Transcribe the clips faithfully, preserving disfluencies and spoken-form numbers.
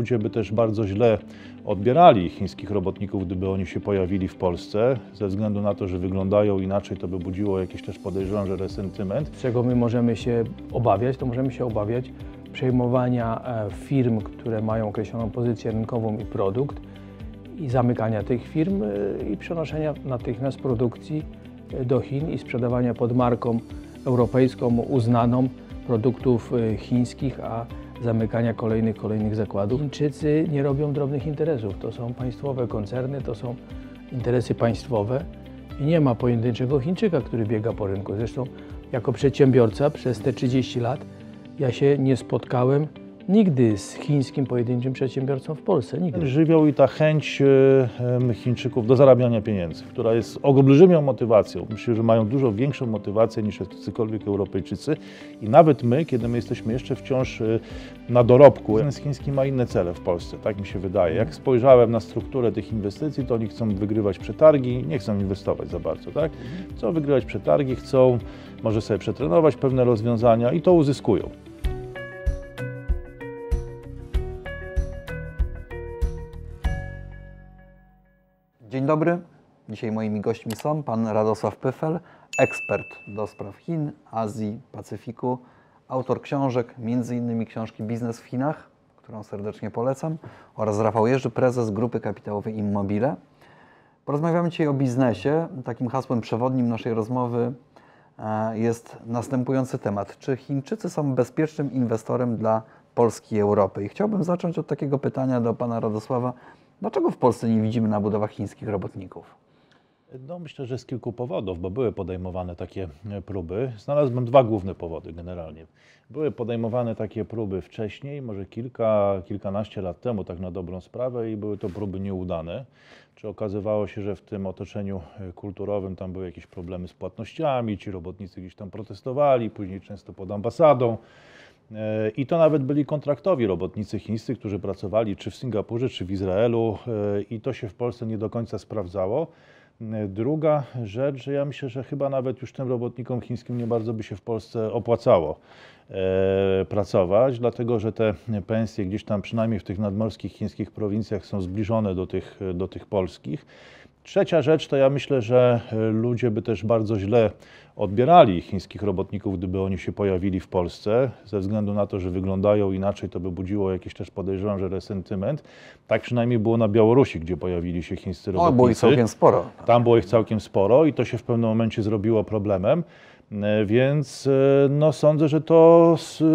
ludzie by też bardzo źle odbierali chińskich robotników, gdyby oni się pojawili w Polsce. Ze względu na to, że wyglądają inaczej, to by budziło jakiś też, podejrzewam, że resentyment. Czego my możemy się obawiać, to możemy się obawiać przejmowania firm, które mają określoną pozycję rynkową i produkt, i zamykania tych firm i przenoszenia natychmiast produkcji do Chin i sprzedawania pod marką europejską uznaną produktów chińskich, a zamykania kolejnych, kolejnych zakładów. Chińczycy nie robią drobnych interesów. To są państwowe koncerny, to są interesy państwowe i nie ma pojedynczego Chińczyka, który biega po rynku. Zresztą jako przedsiębiorca przez te trzydzieści lat ja się nie spotkałem nigdy z chińskim pojedynczym przedsiębiorcą w Polsce. Nigdy. Żywioł i ta chęć Chińczyków do zarabiania pieniędzy, która jest olbrzymią motywacją. Myślę, że mają dużo większą motywację niż jacykolwiek Europejczycy. I nawet my, kiedy my jesteśmy jeszcze wciąż na dorobku, biznes chiński ma inne cele w Polsce, tak mi się wydaje. Jak spojrzałem na strukturę tych inwestycji, to oni chcą wygrywać przetargi, nie chcą inwestować za bardzo, tak? Chcą wygrywać przetargi, chcą może sobie przetrenować pewne rozwiązania i to uzyskują. Dzień dobry. Dzisiaj moimi gośćmi są pan Radosław Pyfel, ekspert do spraw Chin, Azji, Pacyfiku, autor książek, między innymi książki Biznes w Chinach, którą serdecznie polecam, oraz Rafał Jerzy, prezes grupy kapitałowej Immobile. Porozmawiamy dzisiaj o biznesie. Takim hasłem przewodnim naszej rozmowy jest następujący temat. Czy Chińczycy są bezpiecznym inwestorem dla Polski i Europy? I chciałbym zacząć od takiego pytania do pana Radosława. Dlaczego w Polsce nie widzimy na budowach chińskich robotników? No, myślę, że z kilku powodów, bo były podejmowane takie próby. Znalazłem dwa główne powody generalnie. Były podejmowane takie próby wcześniej, może kilka, kilkanaście lat temu, tak na dobrą sprawę, i były to próby nieudane. Czy okazywało się, że w tym otoczeniu kulturowym tam były jakieś problemy z płatnościami, ci robotnicy gdzieś tam protestowali, później często pod ambasadą. I to nawet byli kontraktowi robotnicy chińscy, którzy pracowali czy w Singapurze, czy w Izraelu, i to się w Polsce nie do końca sprawdzało. Druga rzecz, że ja myślę, że chyba nawet już tym robotnikom chińskim nie bardzo by się w Polsce opłacało e, pracować, dlatego że te pensje gdzieś tam przynajmniej w tych nadmorskich chińskich prowincjach są zbliżone do tych, do tych polskich. Trzecia rzecz to ja myślę, że ludzie by też bardzo źle odbierali chińskich robotników, gdyby oni się pojawili w Polsce. Ze względu na to, że wyglądają inaczej, to by budziło jakiś też, podejrzewam, że resentyment. Tak przynajmniej było na Białorusi, gdzie pojawili się chińscy robotnicy. O, było ich całkiem sporo. Tam było ich całkiem sporo i to się w pewnym momencie zrobiło problemem. Więc no, sądzę, że to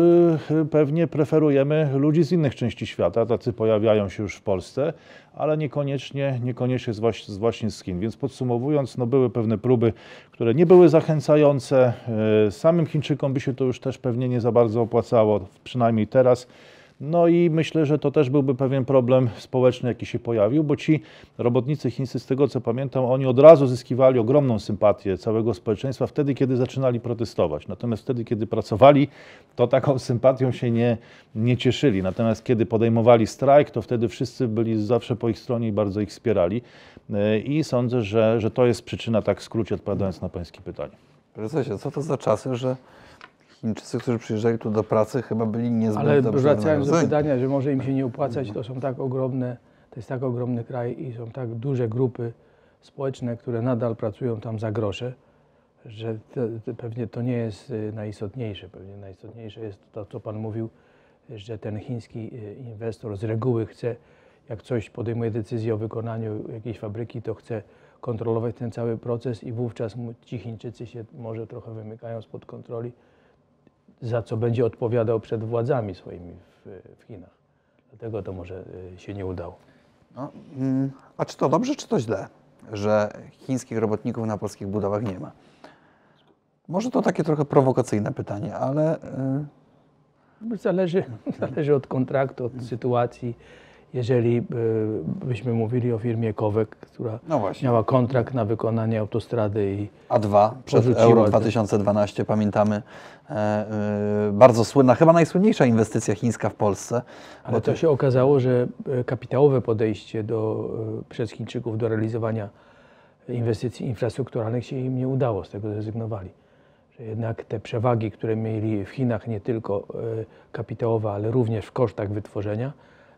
pewnie preferujemy ludzi z innych części świata. Tacy pojawiają się już w Polsce, ale niekoniecznie, niekoniecznie z właśnie, z właśnie z Chin. Więc podsumowując, no, były pewne próby, które nie były zachęcające. Samym Chińczykom by się to już też pewnie nie za bardzo opłacało, przynajmniej teraz. No i myślę, że to też byłby pewien problem społeczny, jaki się pojawił, bo ci robotnicy chińscy, z tego co pamiętam, oni od razu zyskiwali ogromną sympatię całego społeczeństwa wtedy, kiedy zaczynali protestować. Natomiast wtedy, kiedy pracowali, to taką sympatią się nie, nie cieszyli. Natomiast kiedy podejmowali strajk, to wtedy wszyscy byli zawsze po ich stronie i bardzo ich wspierali. I sądzę, że, że to jest przyczyna, tak w skrócie odpowiadając na pańskie pytanie. Prezesie, co to za czasy, że Chińczycy, którzy przyjeżdżali tu do pracy, chyba byli niezbyt Ale dobrze wracając do pytania, że może im się nie opłacać, to są tak ogromne, to jest tak ogromny kraj i są tak duże grupy społeczne, które nadal pracują tam za grosze, że to, to pewnie to nie jest najistotniejsze. Pewnie najistotniejsze jest to, co pan mówił, że ten chiński inwestor z reguły chce, jak coś podejmuje decyzję o wykonaniu jakiejś fabryki, to chce kontrolować ten cały proces i wówczas ci Chińczycy się może trochę wymykają spod kontroli, za co będzie odpowiadał przed władzami swoimi w, w Chinach. Dlatego to może się nie udało. No, a czy to dobrze, czy to źle, że chińskich robotników na polskich budowach nie ma? Może to takie trochę prowokacyjne pytanie, ale... Zależy, zależy od kontraktu, od sytuacji. Jeżeli byśmy mówili o firmie Kowek, która no miała kontrakt na wykonanie autostrady i A dwa przed Euro dwa tysiące dwanaście, pamiętamy, e, e, bardzo słynna, chyba najsłynniejsza inwestycja chińska w Polsce. Ale to się okazało, że kapitałowe podejście do, przez Chińczyków do realizowania inwestycji infrastrukturalnych się im nie udało, z tego zrezygnowali. Że jednak te przewagi, które mieli w Chinach, nie tylko kapitałowe, ale również w kosztach wytworzenia,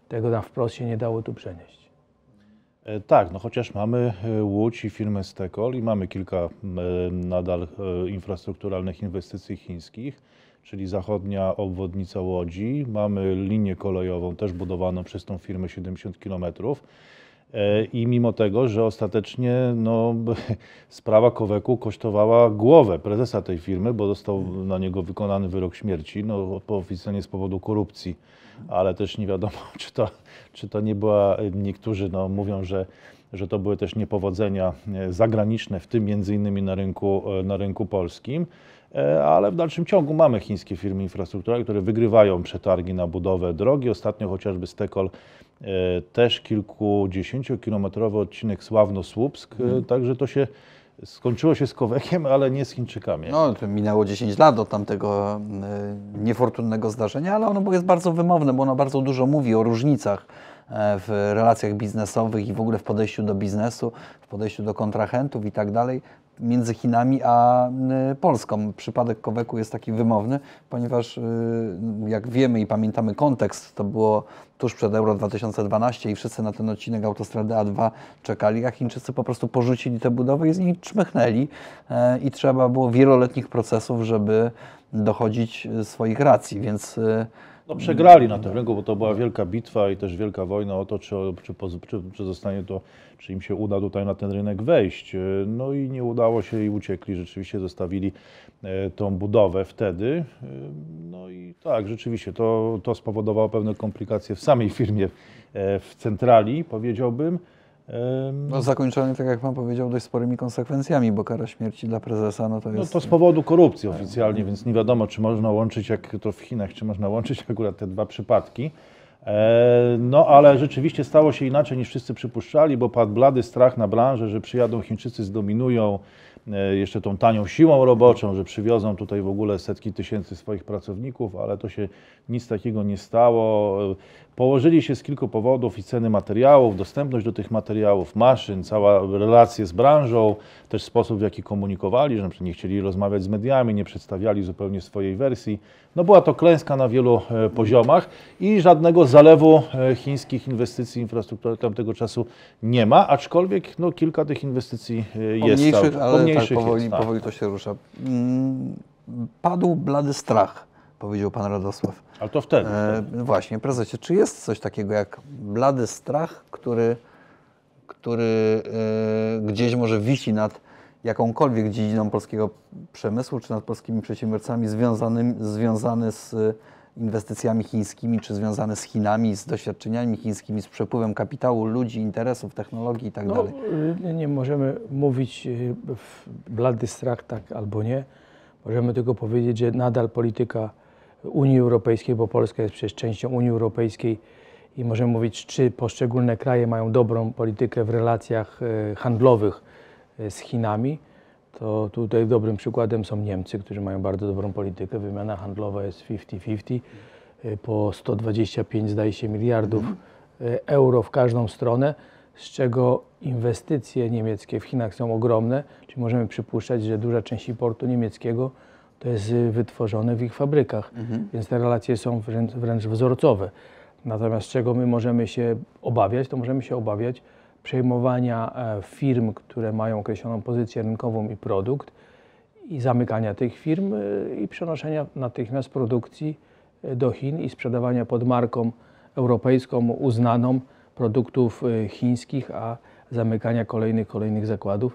tego na wprost się nie dało tu przenieść. E, Tak, no chociaż mamy e, Łódź i firmę Stekol i mamy kilka e, nadal e, infrastrukturalnych inwestycji chińskich, czyli zachodnia obwodnica Łodzi, mamy linię kolejową też budowaną przez tą firmę siedemdziesiąt kilometrów. E, I mimo tego, że ostatecznie no, sprawa Koweku kosztowała głowę prezesa tej firmy, bo został na niego wykonany wyrok śmierci, no, oficjalnie z powodu korupcji, ale też nie wiadomo, czy to, czy to nie była, niektórzy no, mówią, że, że to były też niepowodzenia zagraniczne, w tym między innymi na rynku, na rynku polskim. Ale w dalszym ciągu mamy chińskie firmy infrastrukturalne, które wygrywają przetargi na budowę drogi. Ostatnio chociażby Stekol też kilkudziesięciokilometrowy odcinek Sławno-Słupsk, hmm. także to się skończyło się z Kowekiem, ale nie z Chińczykami. No, to minęło dziesięć lat od tamtego y, niefortunnego zdarzenia, ale ono jest bardzo wymowne, bo ono bardzo dużo mówi o różnicach w relacjach biznesowych i w ogóle w podejściu do biznesu, w podejściu do kontrahentów i tak dalej między Chinami a Polską. Przypadek Koweku jest taki wymowny, ponieważ jak wiemy i pamiętamy kontekst, to było tuż przed Euro dwa tysiące dwanaście i wszyscy na ten odcinek autostrady A dwa czekali, a Chińczycy po prostu porzucili tę budowę i z niej czmychnęli i trzeba było wieloletnich procesów, żeby dochodzić swoich racji, więc no, przegrali na tym rynku, bo to była wielka bitwa i też wielka wojna o to, czy, czy, czy, czy zostanie to, czy im się uda tutaj na ten rynek wejść. No i nie udało się i uciekli, rzeczywiście zostawili tą budowę wtedy. No i tak, rzeczywiście to, to spowodowało pewne komplikacje w samej firmie, w centrali, powiedziałbym. No zakończone, tak jak Pan powiedział, dość sporymi konsekwencjami, bo kara śmierci dla prezesa, no to jest... No to z powodu korupcji oficjalnie, więc nie wiadomo, czy można łączyć, jak to w Chinach, czy można łączyć akurat te dwa przypadki. No ale rzeczywiście stało się inaczej niż wszyscy przypuszczali, bo padł blady strach na branżę, że przyjadą Chińczycy, zdominują jeszcze tą tanią siłą roboczą, że przywiozą tutaj w ogóle setki tysięcy swoich pracowników, ale to się nic takiego nie stało. Położyli się z kilku powodów i ceny materiałów, dostępność do tych materiałów, maszyn, cała relacja z branżą, też sposób, w jaki komunikowali, że na przykład nie chcieli rozmawiać z mediami, nie przedstawiali zupełnie swojej wersji. No była to klęska na wielu e, poziomach i żadnego zalewu e, chińskich inwestycji infrastrukturalnych tamtego czasu nie ma, aczkolwiek no, kilka tych inwestycji e, jest. Pomniejszych, cały, ale pomniejszych tak, powoli, jest, tak. powoli to się rusza. Mm, padł blady strach, powiedział Pan Radosław. Ale to wtedy. E, właśnie, prezesie, czy jest coś takiego jak blady strach, który, który e, gdzieś może wisi nad jakąkolwiek dziedziną polskiego przemysłu, czy nad polskimi przedsiębiorcami związanymi, związany z inwestycjami chińskimi, czy związany z Chinami, z doświadczeniami chińskimi, z przepływem kapitału, ludzi, interesów, technologii i tak no, dalej? Nie możemy mówić w blady strach tak albo nie. Możemy tylko powiedzieć, że nadal polityka Unii Europejskiej, bo Polska jest przecież częścią Unii Europejskiej i możemy mówić, czy poszczególne kraje mają dobrą politykę w relacjach handlowych z Chinami, to tutaj dobrym przykładem są Niemcy, którzy mają bardzo dobrą politykę. Wymiana handlowa jest pięćdziesiąt pięćdziesiąt, po sto dwadzieścia pięć zdaje się miliardów euro w każdą stronę, z czego inwestycje niemieckie w Chinach są ogromne, czyli możemy przypuszczać, że duża część importu niemieckiego to jest wytworzone w ich fabrykach, mhm. więc te relacje są wręcz, wręcz wzorcowe. Natomiast czego my możemy się obawiać, to możemy się obawiać przejmowania firm, które mają określoną pozycję rynkową i produkt i zamykania tych firm i przenoszenia natychmiast produkcji do Chin i sprzedawania pod marką europejską uznaną produktów chińskich, a zamykania kolejnych, kolejnych zakładów.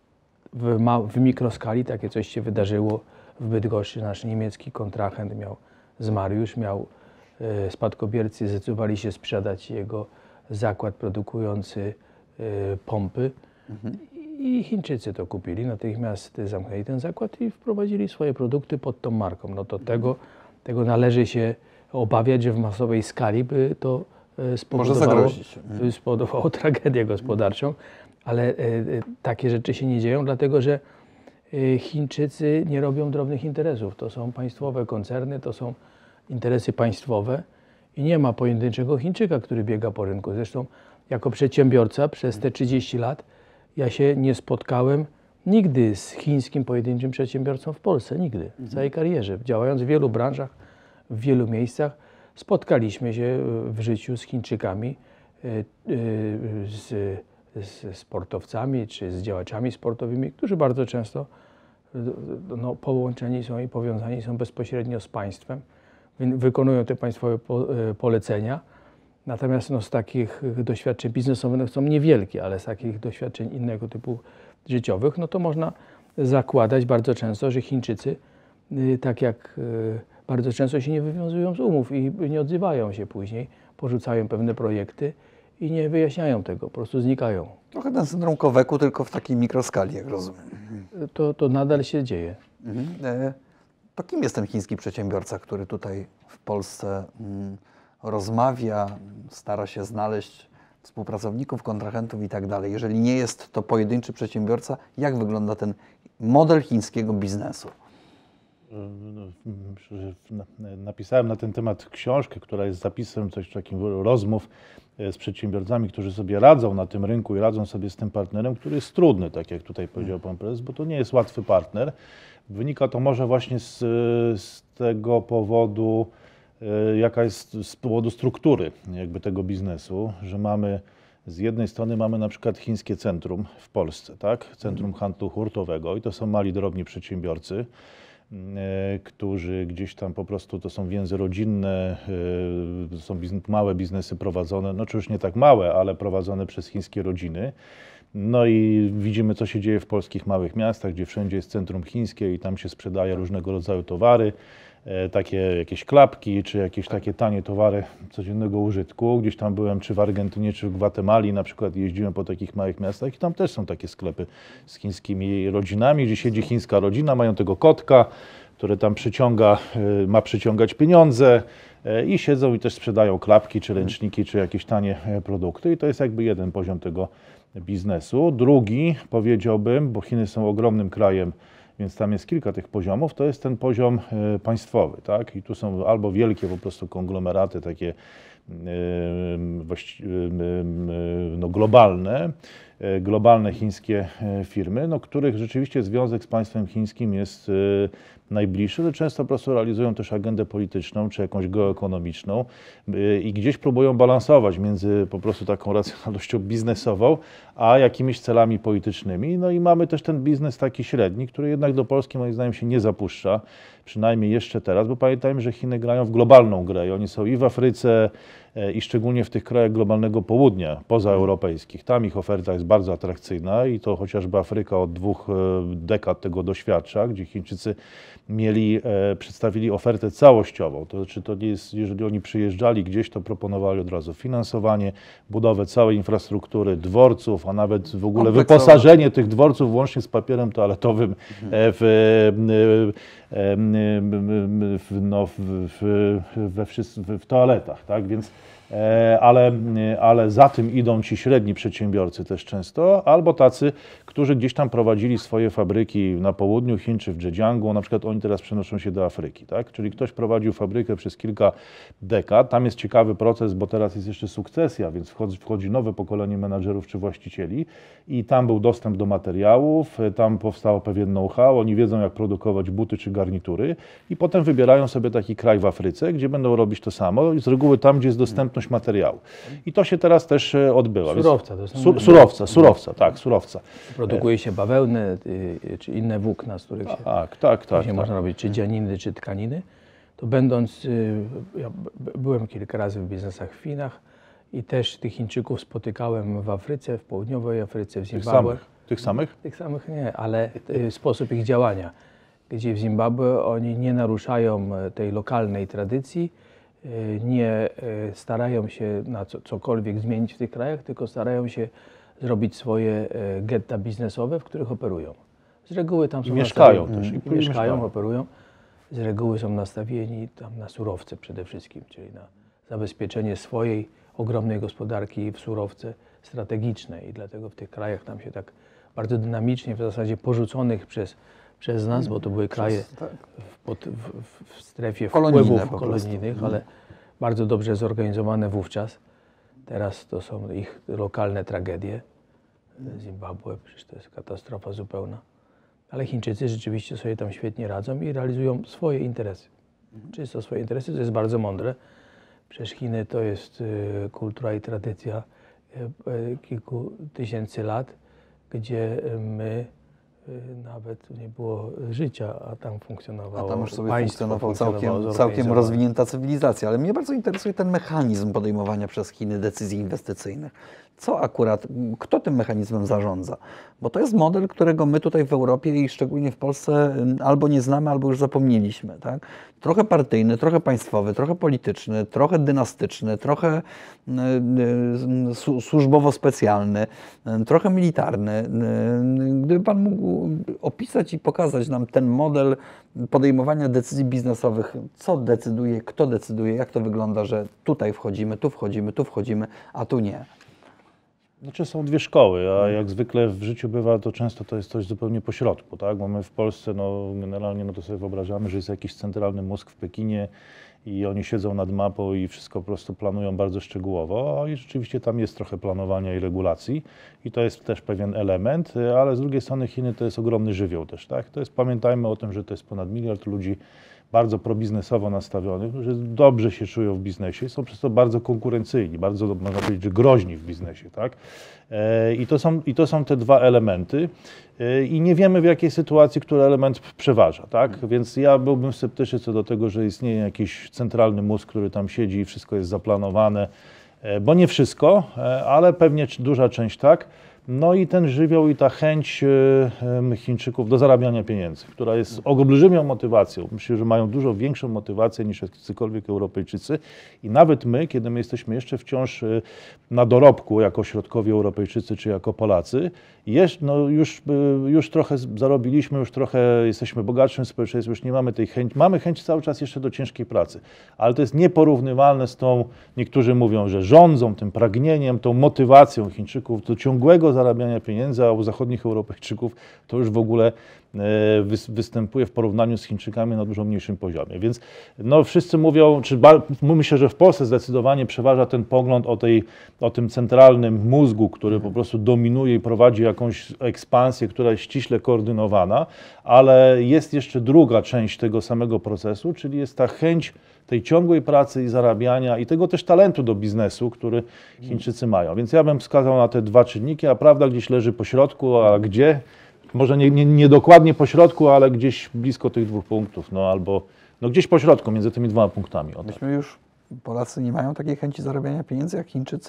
W, ma, w mikroskali takie coś się wydarzyło w Bydgoszczy. Nasz niemiecki kontrahent miał, zmarł już, miał e, spadkobiercy, zdecydowali się sprzedać jego zakład produkujący e, pompy mhm. i Chińczycy to kupili, natychmiast zamknęli ten zakład i wprowadzili swoje produkty pod tą marką. No to tego, tego należy się obawiać, że w masowej skali by to spowodowało, by spowodowało tragedię gospodarczą, ale e, e, takie rzeczy się nie dzieją, dlatego że e, Chińczycy nie robią drobnych interesów. To są państwowe koncerny, to są interesy państwowe i nie ma pojedynczego Chińczyka, który biega po rynku. Zresztą jako przedsiębiorca przez te trzydzieści lat ja się nie spotkałem nigdy z chińskim pojedynczym przedsiębiorcą w Polsce, nigdy, w całej karierze. Działając w wielu branżach, w wielu miejscach, spotkaliśmy się w życiu z Chińczykami, z, z sportowcami czy z działaczami sportowymi, którzy bardzo często no, połączeni są i powiązani są bezpośrednio z państwem, wykonują te państwowe po, polecenia. Natomiast no, z takich doświadczeń biznesowych no, są niewielkie, ale z takich doświadczeń innego typu życiowych, no to można zakładać bardzo często, że Chińczycy, tak jak bardzo często się nie wywiązują z umów i nie odzywają się później, porzucają pewne projekty i nie wyjaśniają tego, po prostu znikają. Trochę ten syndrom Koweku, tylko w takiej mikroskali, jak rozumiem. To, to nadal się dzieje. Mhm. E, to kim jest ten chiński przedsiębiorca, który tutaj w Polsce mm, rozmawia, stara się znaleźć współpracowników, kontrahentów i tak dalej? Jeżeli nie jest to pojedynczy przedsiębiorca, jak wygląda ten model chińskiego biznesu? Myślę, że napisałem na ten temat książkę, która jest zapisem coś takim rozmów z przedsiębiorcami, którzy sobie radzą na tym rynku i radzą sobie z tym partnerem, który jest trudny, tak jak tutaj powiedział pan prezes, bo to nie jest łatwy partner. Wynika to może właśnie z, z tego powodu, jaka jest z powodu struktury jakby tego biznesu, że mamy z jednej strony mamy na przykład chińskie centrum w Polsce, tak? Centrum handlu hurtowego i to są mali, drobni przedsiębiorcy, którzy gdzieś tam po prostu, to są więzy rodzinne, to są biznes, małe biznesy prowadzone, no czy już nie tak małe, ale prowadzone przez chińskie rodziny. No i widzimy, co się dzieje w polskich małych miastach, gdzie wszędzie jest centrum chińskie i tam się sprzedaje różnego rodzaju towary, takie jakieś klapki, czy jakieś takie tanie towary codziennego użytku. Gdzieś tam byłem, czy w Argentynie, czy w Gwatemali, na przykład jeździłem po takich małych miastach i tam też są takie sklepy z chińskimi rodzinami, gdzie siedzi chińska rodzina, mają tego kotka, który tam przyciąga, ma przyciągać pieniądze i siedzą i też sprzedają klapki, czy ręczniki, czy jakieś tanie produkty i to jest jakby jeden poziom tego biznesu. Drugi, powiedziałbym, bo Chiny są ogromnym krajem, więc tam jest kilka tych poziomów, to jest ten poziom e, państwowy, tak? I tu są albo wielkie po prostu konglomeraty, takie e, właści- e, no, globalne, e, globalne chińskie e, firmy, no, których rzeczywiście związek z państwem chińskim jest e, najbliższy, ale często po prostu realizują też agendę polityczną czy jakąś geoekonomiczną e, i gdzieś próbują balansować między po prostu taką racjonalnością biznesową, a jakimiś celami politycznymi. No i mamy też ten biznes taki średni, który jednak do Polski moim zdaniem się nie zapuszcza, przynajmniej jeszcze teraz, bo pamiętajmy, że Chiny grają w globalną grę i oni są i w Afryce, i szczególnie w tych krajach globalnego południa, pozaeuropejskich. Tam ich oferta jest bardzo atrakcyjna i to chociażby Afryka od dwóch dekad tego doświadcza, gdzie Chińczycy mieli, e, przedstawili ofertę całościową. To znaczy, to nie jest, jeżeli oni przyjeżdżali gdzieś, to proponowali od razu finansowanie, budowę całej infrastruktury, dworców, a nawet w ogóle Kompleksowo. wyposażenie tych dworców łącznie z papierem toaletowym e, w, e, e, w, no, w, w, we wszys- w, w toaletach, tak? Więc E, ale, ale za tym idą ci średni przedsiębiorcy też często, albo tacy, którzy gdzieś tam prowadzili swoje fabryki na południu Chin czy w Zhejiangu, na przykład oni teraz przenoszą się do Afryki, tak? Czyli ktoś prowadził fabrykę przez kilka dekad, tam jest ciekawy proces, bo teraz jest jeszcze sukcesja, więc wchodzi, wchodzi nowe pokolenie menadżerów czy właścicieli i tam był dostęp do materiałów, tam powstało pewien know-how, oni wiedzą jak produkować buty czy garnitury i potem wybierają sobie taki kraj w Afryce, gdzie będą robić to samo i z reguły tam, gdzie jest dostępność materiału. I to się teraz też odbywa. Surowca. To są Su, surowca, surowca, tak, surowca. Produkuje się bawełnę y, czy inne włókna, z których się Tak, tak, tak. później tak. można robić czy dzianiny, czy tkaniny. To będąc, y, ja b- byłem kilka razy w biznesach w Chinach i też tych Chińczyków spotykałem w Afryce, w południowej Afryce, w Tych Zimbabwe. samych? Tych samych? Tych samych nie, ale y, sposób ich działania, gdzie w Zimbabwe oni nie naruszają e, tej lokalnej tradycji, y, nie y, starają się na co, cokolwiek zmienić w tych krajach, tylko starają się zrobić swoje e, getta biznesowe, w których operują. Z reguły tam są I mieszkają nastawieni- też, i I, mieszkają. mieszkają, operują. Z reguły są nastawieni tam na surowce przede wszystkim, czyli na zabezpieczenie swojej ogromnej gospodarki w surowce strategiczne i dlatego w tych krajach tam się tak bardzo dynamicznie, w zasadzie porzuconych przez, przez nas, bo to były kraje tak. w, pod, w, w, w strefie Kolonijne wpływów po prostu. kolonijnych, ale bardzo dobrze zorganizowane wówczas. Teraz to są ich lokalne tragedie. Zimbabwe, przecież to jest katastrofa zupełna. Ale Chińczycy rzeczywiście sobie tam świetnie radzą i realizują swoje interesy. Czysto swoje interesy, to jest bardzo mądre. Przecież Chiny to jest y, kultura i tradycja y, y, kilku tysięcy lat, gdzie my y, nawet nie było życia, a tam A funkcjonowało tam już sobie państwo, funkcjonował funkcjonowało całkiem, całkiem zorganizowane. rozwinięta cywilizacja. Ale mnie bardzo interesuje ten mechanizm podejmowania przez Chiny decyzji inwestycyjnych. Co akurat, kto tym mechanizmem zarządza? Bo to jest model, którego my tutaj w Europie i szczególnie w Polsce albo nie znamy, albo już zapomnieliśmy. Tak? Trochę partyjny, trochę państwowy, trochę polityczny, trochę dynastyczny, trochę służbowo-specjalny, trochę militarny. Gdyby Pan mógł opisać i pokazać nam ten model podejmowania decyzji biznesowych, co decyduje, kto decyduje, jak to wygląda, że tutaj wchodzimy, tu wchodzimy, tu wchodzimy, a tu nie. Znaczy są dwie szkoły, a jak zwykle w życiu bywa, to często to jest coś zupełnie pośrodku, tak? Bo my w Polsce, no generalnie, no to sobie wyobrażamy, że jest jakiś centralny mózg w Pekinie i oni siedzą nad mapą i wszystko po prostu planują bardzo szczegółowo, i rzeczywiście tam jest trochę planowania i regulacji i to jest też pewien element, ale z drugiej strony Chiny to jest ogromny żywioł też, tak? To jest, pamiętajmy o tym, że to jest ponad miliard ludzi bardzo probiznesowo nastawionych, że dobrze się czują w biznesie, są przez to bardzo konkurencyjni, bardzo, można powiedzieć, że groźni w biznesie, tak? I to są, i to są te dwa elementy i nie wiemy, w jakiej sytuacji który element przeważa, tak? Więc ja byłbym sceptyczny co do tego, że istnieje jakiś centralny mózg, który tam siedzi i wszystko jest zaplanowane, bo nie wszystko, ale pewnie duża część tak. No i ten żywioł i ta chęć Chińczyków do zarabiania pieniędzy, która jest olbrzymią motywacją. Myślę, że mają dużo większą motywację niż jacykolwiek Europejczycy i nawet my, kiedy my jesteśmy jeszcze wciąż na dorobku jako środkowi Europejczycy czy jako Polacy, jest, no już, już trochę zarobiliśmy, już trochę jesteśmy bogatszym społeczeństwem, już nie mamy tej chęci, mamy chęć cały czas jeszcze do ciężkiej pracy, ale to jest nieporównywalne z tą, niektórzy mówią, że rządzą tym pragnieniem, tą motywacją Chińczyków do ciągłego zarabiania pieniędzy, a u zachodnich Europejczyków to już w ogóle występuje w porównaniu z Chińczykami na dużo mniejszym poziomie. Więc no, wszyscy mówią, czy myślę, że w Polsce zdecydowanie przeważa ten pogląd o, tej, o tym centralnym mózgu, który po prostu dominuje i prowadzi jakąś ekspansję, która jest ściśle koordynowana, ale jest jeszcze druga część tego samego procesu, czyli jest ta chęć tej ciągłej pracy i zarabiania i tego też talentu do biznesu, który Chińczycy mają. Więc ja bym wskazał na te dwa czynniki, a prawda gdzieś leży po środku, a gdzie? Może nie, nie, nie dokładnie po środku, ale gdzieś blisko tych dwóch punktów, no albo no gdzieś po środku między tymi dwoma punktami. O tak. Myśmy już, Polacy nie mają takiej chęci zarabiania pieniędzy jak Chińczycy?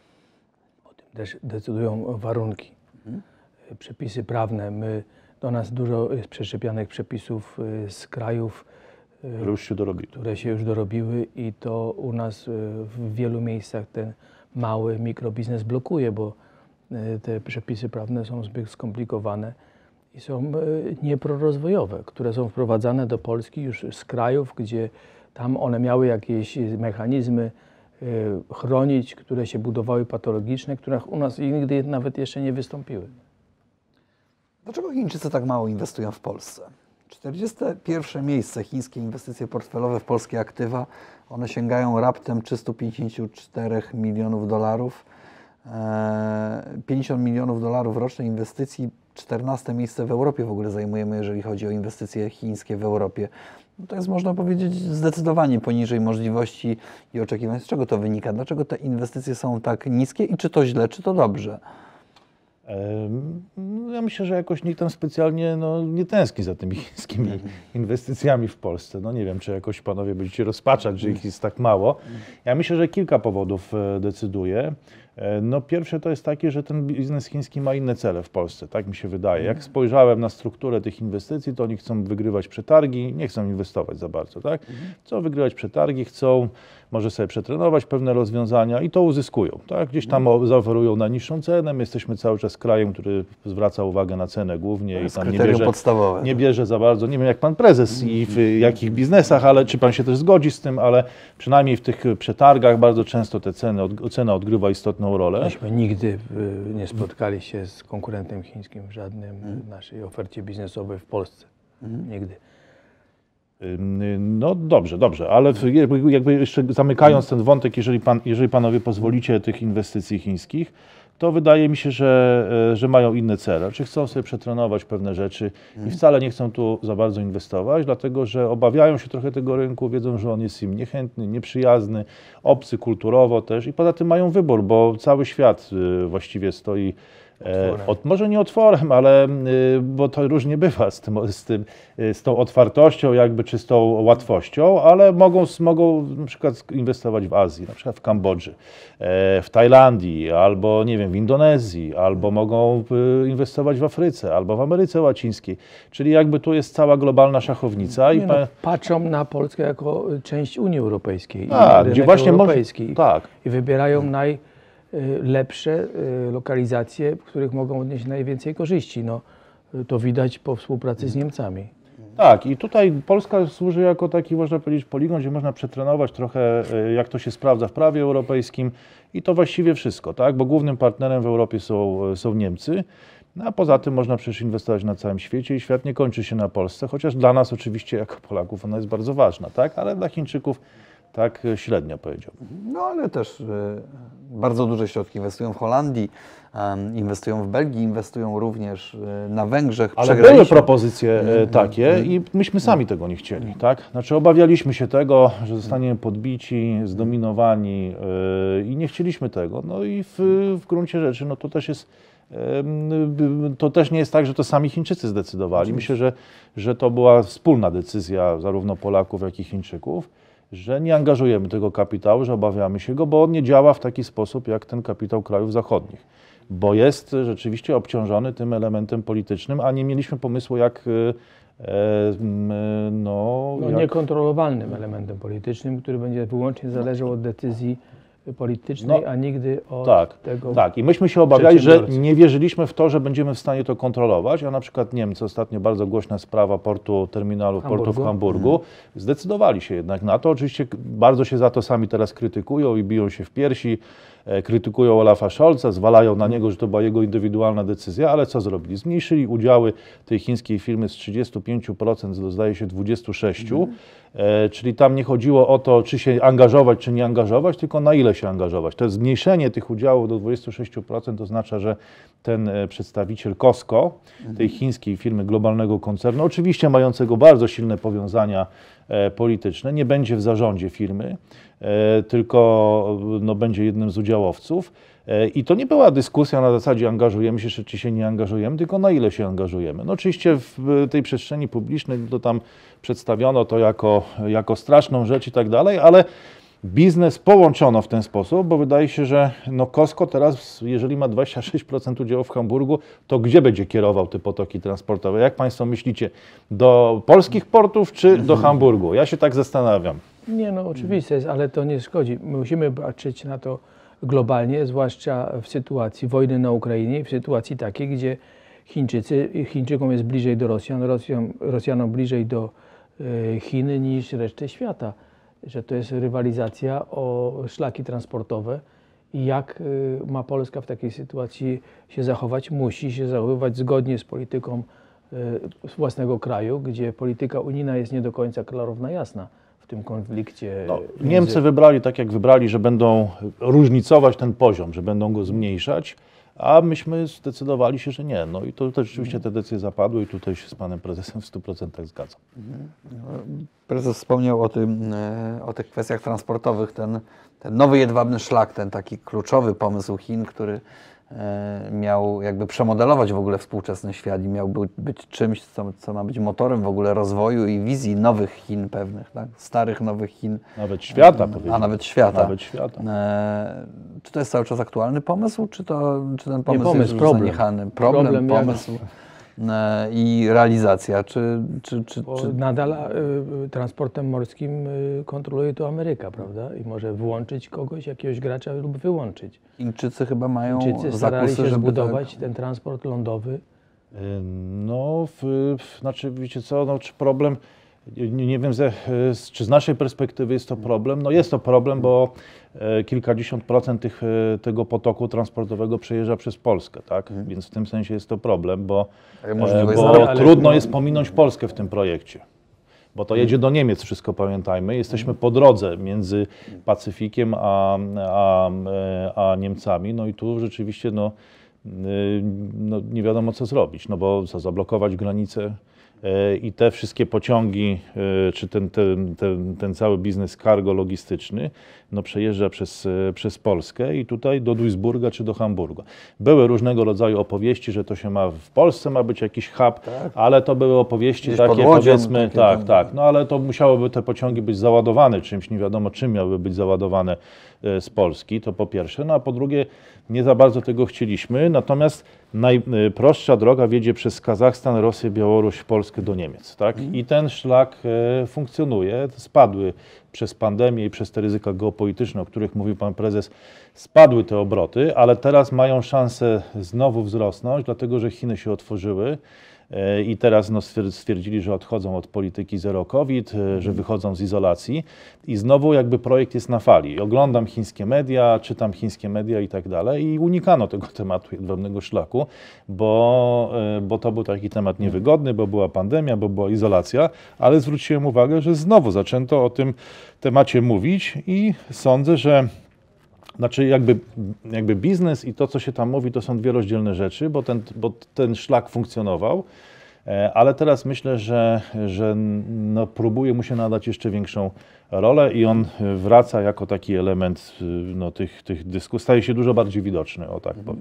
O tym też decydują warunki, mhm. przepisy prawne. My, do nas dużo jest przeszczepianych przepisów z krajów, które już się dorobiły. które się już dorobiły i to u nas w wielu miejscach ten mały mikrobiznes blokuje, bo te przepisy prawne są zbyt skomplikowane i są nieprorozwojowe, które są wprowadzane do Polski już z krajów, gdzie tam one miały jakieś mechanizmy chronić, które się budowały patologiczne, które u nas nigdy nawet jeszcze nie wystąpiły. Dlaczego Chińczycy tak mało inwestują w Polsce? czterdzieste pierwsze miejsce chińskie inwestycje portfelowe w polskie aktywa, one sięgają raptem trzystu pięćdziesięciu czterech milionów dolarów. pięćdziesiąt milionów dolarów rocznej inwestycji, czternaste miejsce w Europie w ogóle zajmujemy, jeżeli chodzi o inwestycje chińskie w Europie. No to jest, można powiedzieć, zdecydowanie poniżej możliwości i oczekiwań. Z czego to wynika? Dlaczego te inwestycje są tak niskie i czy to źle, czy to dobrze? Ja myślę, że jakoś nikt tam specjalnie no, nie tęskni za tymi chińskimi inwestycjami w Polsce. No nie wiem, czy jakoś panowie będziecie rozpaczać, że ich jest tak mało. Ja myślę, że kilka powodów decyduje. No pierwsze to jest takie, że ten biznes chiński ma inne cele w Polsce, tak mi się wydaje. Jak spojrzałem na strukturę tych inwestycji, to oni chcą wygrywać przetargi, nie chcą inwestować za bardzo, tak? Chcą wygrywać przetargi, chcą może sobie przetrenować pewne rozwiązania i to uzyskują, tak? Gdzieś tam zaoferują na niższą cenę, my jesteśmy cały czas krajem, który zwraca uwagę na cenę głównie i tam nie bierze, podstawowe. nie bierze za bardzo, nie wiem jak pan prezes i w jakich biznesach, ale czy pan się też zgodzi z tym, ale przynajmniej w tych przetargach bardzo często te ceny, cena odgrywa istotną rolę. Myśmy nigdy nie spotkali się z konkurentem chińskim w żadnym hmm. naszej ofercie biznesowej w Polsce. Hmm. Nigdy. No dobrze, dobrze, ale jakby jeszcze zamykając ten wątek, jeżeli, pan, jeżeli panowie pozwolicie tych inwestycji chińskich, to wydaje mi się, że, że mają inne cele. Czy chcą sobie przetrenować pewne rzeczy i wcale nie chcą tu za bardzo inwestować, dlatego że obawiają się trochę tego rynku, wiedzą, że on jest im niechętny, nieprzyjazny, obcy kulturowo też i poza tym mają wybór, bo cały świat właściwie stoi E, od, może nie otworem, ale y, bo to różnie bywa z, tym, z, tym, y, z tą otwartością jakby, czy z tą łatwością, ale mogą, mogą na przykład inwestować w Azji, na przykład w Kambodży, e, w Tajlandii, albo nie wiem, w Indonezji, albo mogą y, inwestować w Afryce, albo w Ameryce Łacińskiej, czyli jakby tu jest cała globalna szachownica. Nie I no, pa... patrzą na Polskę jako część Unii Europejskiej Tak, i gdzie właśnie europejskiej może... tak. i wybierają naj lepsze lokalizacje, w których mogą odnieść najwięcej korzyści. No, to widać po współpracy z Niemcami. Tak, i tutaj Polska służy jako taki, można powiedzieć, poligon, gdzie można przetrenować trochę, jak to się sprawdza w prawie europejskim i to właściwie wszystko, tak? Bo głównym partnerem w Europie są, są Niemcy, no a poza tym można przecież inwestować na całym świecie i świat nie kończy się na Polsce, chociaż dla nas oczywiście jako Polaków ona jest bardzo ważna, tak? Ale dla Chińczyków tak średnio powiedziałbym. No ale też y, bardzo duże środki inwestują w Holandii, um, inwestują w Belgii, inwestują również y, na Węgrzech. Ale były propozycje y, takie mm, i myśmy sami mm. tego nie chcieli, tak? Znaczy obawialiśmy się tego, że zostaniemy podbici, zdominowani y, i nie chcieliśmy tego. No i w, w gruncie rzeczy no to też jest to też nie jest tak, że to sami Chińczycy zdecydowali. Myślę, że, że to była wspólna decyzja zarówno Polaków, jak i Chińczyków, że nie angażujemy tego kapitału, że obawiamy się go, bo on nie działa w taki sposób jak ten kapitał krajów zachodnich, bo jest rzeczywiście obciążony tym elementem politycznym, a nie mieliśmy pomysłu jak e, no, no jak... niekontrolowalnym elementem politycznym, który będzie wyłącznie zależał od decyzji politycznej, no, a nigdy od tak, tego. Tak, i myśmy się obawiali, że nie wierzyliśmy w to, że będziemy w stanie to kontrolować, a na przykład Niemcy, ostatnio bardzo głośna sprawa portu, terminalu Hamburgu. portu w Hamburgu, hmm. zdecydowali się jednak na to. Oczywiście bardzo się za to sami teraz krytykują i biją się w piersi, e, krytykują Olafa Scholza, zwalają na niego, że to była jego indywidualna decyzja, ale co zrobili? Zmniejszyli udziały tej chińskiej firmy z trzydziestu pięciu procent do, zdaje się, dwudziestu sześciu procent. Hmm. E, czyli tam nie chodziło o to, czy się angażować, czy nie angażować, tylko na ile się angażować. To zmniejszenie tych udziałów do dwudziestu sześciu procent oznacza, że ten e, przedstawiciel Costco, tej chińskiej firmy globalnego koncernu, oczywiście mającego bardzo silne powiązania e, polityczne, nie będzie w zarządzie firmy, e, tylko no, będzie jednym z udziałowców. E, I to nie była dyskusja na zasadzie angażujemy się, czy się nie angażujemy, tylko na ile się angażujemy. No oczywiście w tej przestrzeni publicznej to tam przedstawiono to jako, jako straszną rzecz i tak dalej, ale biznes połączono w ten sposób, bo wydaje się, że no Costco teraz, jeżeli ma dwadzieścia sześć procent udziału w Hamburgu, to gdzie będzie kierował te potoki transportowe? Jak Państwo myślicie, do polskich portów czy do Hamburgu? Ja się tak zastanawiam. Nie, no oczywiście jest, ale to nie szkodzi. My musimy patrzeć na to globalnie, zwłaszcza w sytuacji wojny na Ukrainie, w sytuacji takiej, gdzie Chińczycy, Chińczykom jest bliżej do Rosjan, Rosjan Rosjanom bliżej do Chin niż reszty świata, że to jest rywalizacja o szlaki transportowe i jak ma Polska w takiej sytuacji się zachować? Musi się zachowywać zgodnie z polityką własnego kraju, gdzie polityka unijna jest nie do końca klarowna, jasna w tym konflikcie. No, Niemcy między... wybrali tak, jak wybrali, że będą różnicować ten poziom, że będą go zmniejszać, a myśmy zdecydowali się, że nie. No i to też rzeczywiście te decyzje zapadły i tutaj się z panem prezesem w stu procentach zgadzam. Prezes wspomniał o tym, o tych kwestiach transportowych, ten, ten nowy jedwabny szlak, ten taki kluczowy pomysł Chin, który miał jakby przemodelować w ogóle współczesny świat i miał być czymś, co, co ma być motorem w ogóle rozwoju i wizji nowych Chin pewnych, tak? Starych, nowych Chin. Nawet świata, powiedział. A nawet świata. Nawet świata. E, czy to jest cały czas aktualny pomysł, czy, to, czy ten pomysł, Nie, pomysł jest już problem. zaniechany? Problem, problem pomysł e, i realizacja. Czy, czy, czy, Bo czy... nadal y, transportem morskim y, kontroluje to Ameryka, prawda? I może włączyć kogoś, jakiegoś gracza lub wyłączyć. Chińczycy chyba mają Chińczycy starali zakusy, się żeby zbudować tak... ten transport lądowy. No, w, w, znaczy wiecie co, no, czy problem, nie, nie wiem, ze, z, czy z naszej perspektywy jest to problem? No jest to problem, bo e, kilkadziesiąt procent tych, e, tego potoku transportowego przejeżdża przez Polskę, tak? Hmm. Więc w tym sensie jest to problem, bo, e, bo ale, trudno ale... jest pominąć Polskę w tym projekcie. bo to jedzie do Niemiec, wszystko pamiętajmy. Jesteśmy po drodze między Pacyfikiem a, a, a Niemcami, no i tu rzeczywiście no, no, nie wiadomo co zrobić, no bo co, zablokować granicę i te wszystkie pociągi, czy ten, ten, ten, ten cały biznes cargo logistyczny, no przejeżdża przez, przez Polskę i tutaj do Duisburga czy do Hamburga. Były różnego rodzaju opowieści, że to się ma w Polsce ma być jakiś hub, tak. ale to były opowieści Gdzieś takie Łodzią, powiedzmy, takie tak, tam, tak, no ale to musiałyby te pociągi być załadowane czymś, nie wiadomo czym miały być załadowane z Polski, to po pierwsze, no a po drugie nie za bardzo tego chcieliśmy, natomiast najprostsza droga wiedzie przez Kazachstan, Rosję, Białoruś, Polskę do Niemiec, tak? I ten szlak funkcjonuje, spadły przez pandemię i przez te ryzyka geopolityczne, o których mówił pan prezes, spadły te obroty, ale teraz mają szansę znowu wzrosnąć, dlatego że Chiny się otworzyły i teraz no, stwierdzili, że odchodzą od polityki zero COVID, że wychodzą z izolacji i znowu jakby projekt jest na fali. Oglądam chińskie media, czytam chińskie media i tak dalej i unikano tego tematu jedwabnego szlaku, bo, bo to był taki temat niewygodny, bo była pandemia, bo była izolacja, ale zwróciłem uwagę, że znowu zaczęto o tym temacie mówić i sądzę, że Znaczy jakby, jakby biznes i to, co się tam mówi, to są dwie rozdzielne rzeczy, bo ten, bo ten szlak funkcjonował, ale teraz myślę, że, że no próbuje mu się nadać jeszcze większą rolę i on wraca jako taki element no, tych, tych dyskusji, staje się dużo bardziej widoczny, o tak powiem.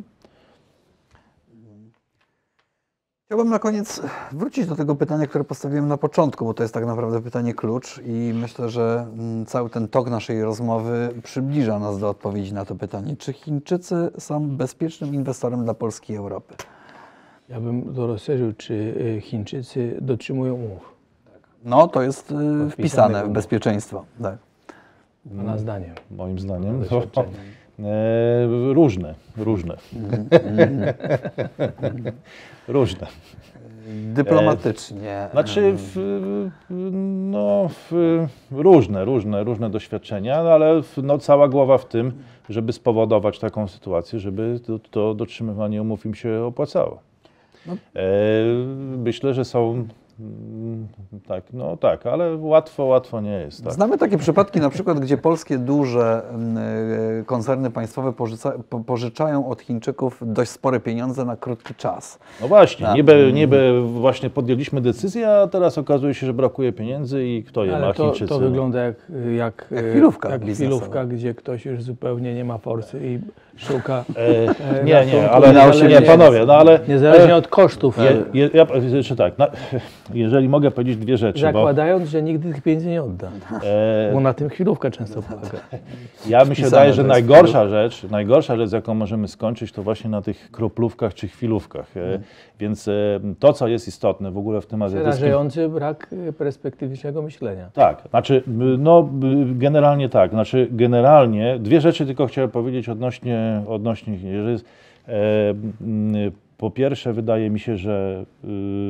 Chciałbym na koniec wrócić do tego pytania, które postawiłem na początku, bo to jest tak naprawdę pytanie klucz i myślę, że cały ten tok naszej rozmowy przybliża nas do odpowiedzi na to pytanie. Czy Chińczycy są bezpiecznym inwestorem dla Polski i Europy? Ja bym to rozszerzył, czy Chińczycy dotrzymują umów? No, to jest wpisane w bezpieczeństwo. Tak. Pana zdaniem? Moim zdaniem to, e, różne, różne. różne. Dyplomatycznie. Znaczy, w, no, w, różne, różne, różne doświadczenia, ale no, cała głowa w tym, żeby spowodować taką sytuację, żeby to, to dotrzymywanie umów im się opłacało. No. E, myślę, że są tak, no tak, ale łatwo, łatwo nie jest. Tak. Znamy takie przypadki, na przykład, gdzie polskie duże koncerny państwowe pożycza, pożyczają od Chińczyków dość spore pieniądze na krótki czas. No właśnie, tak. niby, niby właśnie podjęliśmy decyzję, a teraz okazuje się, że brakuje pieniędzy i kto je ale ma, to, Chińczycy. to wygląda jak, jak, jak chwilówka, jak chwilówka, gdzie ktoś już zupełnie nie ma forsy i szuka... E, nie, nie, ale nie, nie, panowie, no ale... Niezależnie e, od kosztów. Je, je, ja, czy tak, na, jeżeli mogę powiedzieć dwie rzeczy. Zakładając, bo, że nigdy tych pieniędzy nie odda. E, bo na tym chwilówka często pomaga. Ja mi się wydaje, że najgorsza rzecz, najgorsza rzecz, z jaką możemy skończyć, to właśnie na tych kroplówkach czy chwilówkach. Hmm. Więc to, co jest istotne w ogóle w tym azjatyckim... Przerażający brak perspektywicznego myślenia. Tak, znaczy, no generalnie tak, znaczy generalnie, dwie rzeczy tylko chciałem powiedzieć odnośnie, odnośnie że jest, e, po pierwsze wydaje mi się, że y,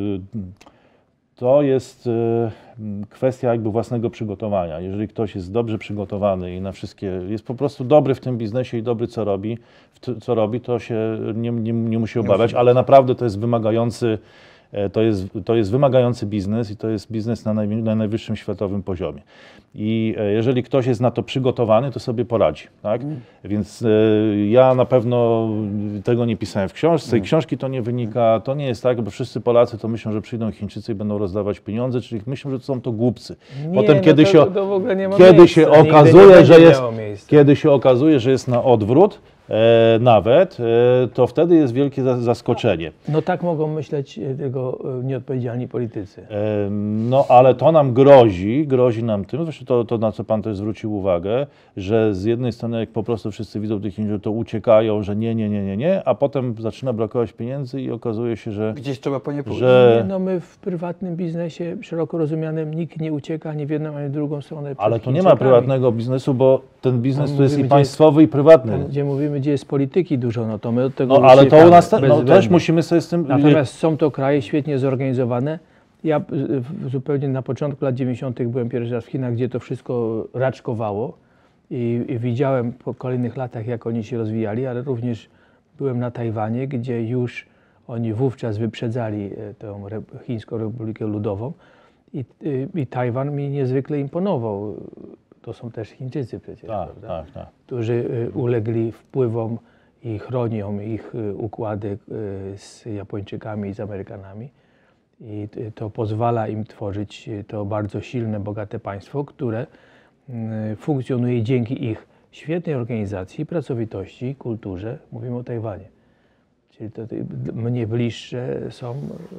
to jest kwestia jakby własnego przygotowania. Jeżeli ktoś jest dobrze przygotowany i na wszystkie, jest po prostu dobry w tym biznesie i dobry co robi, co robi, to się nie, nie, nie musi obawiać, ale naprawdę to jest wymagający, to jest, to jest wymagający biznes i to jest biznes na, naj, na najwyższym światowym poziomie. I jeżeli ktoś jest na to przygotowany, to sobie poradzi. Tak? Mm. Więc y, ja na pewno tego nie pisałem w książce. I książki to nie wynika, to nie jest tak, bo wszyscy Polacy to myślą, że przyjdą Chińczycy i będą rozdawać pieniądze, czyli myślą, że to są to głupcy. Nie, Potem no kiedy to, się, to, to w ogóle nie ma kiedy miejsca. się Nigdy okazuje, nie że jest, miejsca. kiedy się okazuje, że jest na odwrót, E, nawet, e, to wtedy jest wielkie zaskoczenie. No tak mogą myśleć tego nieodpowiedzialni politycy. E, no ale to nam grozi, grozi nam tym, zresztą to, to na co pan też zwrócił uwagę, że z jednej strony jak po prostu wszyscy widzą tych Chińczyków, to uciekają, że nie, nie, nie, nie, nie, a potem zaczyna brakować pieniędzy i okazuje się, że... Gdzieś trzeba po nie pójść. Że... Nie, no my w prywatnym biznesie szeroko rozumianym nikt nie ucieka ani w jedną, ani w drugą stronę. Ale to nie ma prywatnego biznesu, bo ten biznes to jest i państwowy, jest, i prywatny. Gdzie mówimy, gdzie jest polityki dużo, no to my od tego No ale to u nas te, no, też musimy sobie z tym... Natomiast są to kraje świetnie zorganizowane. Ja zupełnie na początku lat dziewięćdziesiątych byłem pierwszy raz w Chinach, gdzie to wszystko raczkowało i, i widziałem po kolejnych latach, jak oni się rozwijali, ale również byłem na Tajwanie, gdzie już oni wówczas wyprzedzali tę Chińską Republikę Ludową I, y, i Tajwan mi niezwykle imponował. To są też Chińczycy przecież, Tak, prawda? tak, tak. Którzy y, ulegli wpływom i chronią ich y, układy y, z Japończykami i z Amerykanami. I y, to pozwala im tworzyć y, to bardzo silne, bogate państwo, które y, funkcjonuje dzięki ich świetnej organizacji, pracowitości, kulturze. Mówimy o Tajwanie. Czyli to, to mnie bliższe są,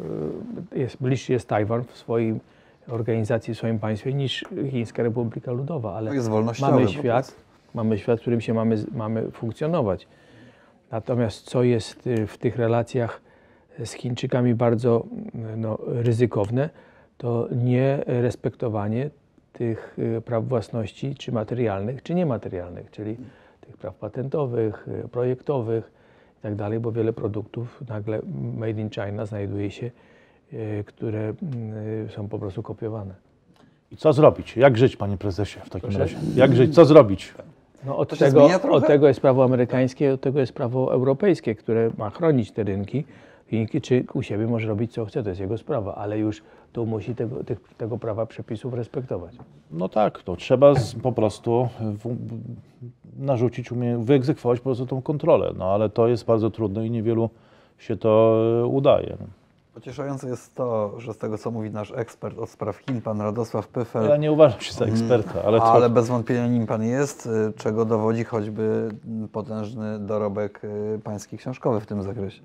y, jest, bliższy jest Tajwan w swojej organizacji, w swoim państwie niż Chińska Republika Ludowa, ale To jest wolnościowy mamy po świat, prostu. mamy świat, w którym się mamy, mamy funkcjonować. Natomiast co jest y, w tych relacjach z Chińczykami bardzo no, ryzykowne, to nie respektowanie tych y, praw własności, czy materialnych, czy niematerialnych, czyli tych praw patentowych, y, projektowych i tak dalej, bo wiele produktów nagle made in China znajduje się, y, które y, są po prostu kopiowane. I co zrobić? Jak żyć, panie prezesie, w takim Proszę? razie? Jak żyć? Co zrobić? No od, To się tego, zmienia trochę? od tego jest prawo amerykańskie, od tego jest prawo europejskie, które ma chronić te rynki. I czy u siebie może robić co chce, to jest jego sprawa, ale już tu musi tego, tych, tego prawa przepisów respektować. No tak, to trzeba z, po prostu w, narzucić, umie, wyegzekwować po prostu tą kontrolę, no ale to jest bardzo trudne i niewielu się to e, udaje. Pocieszające jest to, że z tego, co mówi nasz ekspert od spraw Chin, pan Radosław Pyfel, Ja nie uważam się za eksperta, ale to... ale bez wątpienia nim pan jest, y, czego dowodzi choćby mm, potężny dorobek y, pański książkowy w tym zakresie.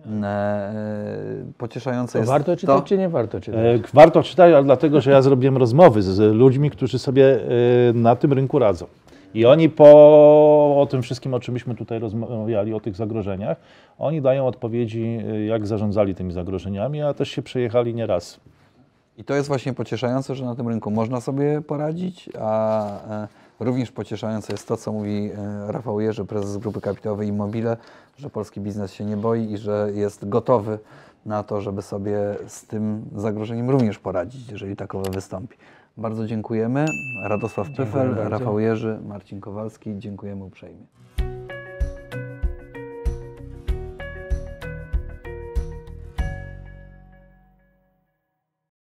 E, y, Pocieszające To jest warto to, czytać, czy nie warto czytać? E, Warto czytać, ale dlatego, że ja zrobiłem rozmowy z, z ludźmi, którzy sobie e, na tym rynku radzą. I oni po o tym wszystkim, o czym myśmy tutaj rozmawiali, o tych zagrożeniach, oni dają odpowiedzi, e, jak zarządzali tymi zagrożeniami, a też się przejechali nieraz. I to jest właśnie pocieszające, że na tym rynku można sobie poradzić, a e, również pocieszające jest to, co mówi e, Rafał Jerzy, prezes Grupy Kapitałowej Immobile, że polski biznes się nie boi i że jest gotowy na to, żeby sobie z tym zagrożeniem również poradzić, jeżeli takowe wystąpi. Bardzo dziękujemy. Radosław Dziękuję Pyfel, bardzo. Rafał Jerzy, Marcin Kowalski. Dziękujemy uprzejmie.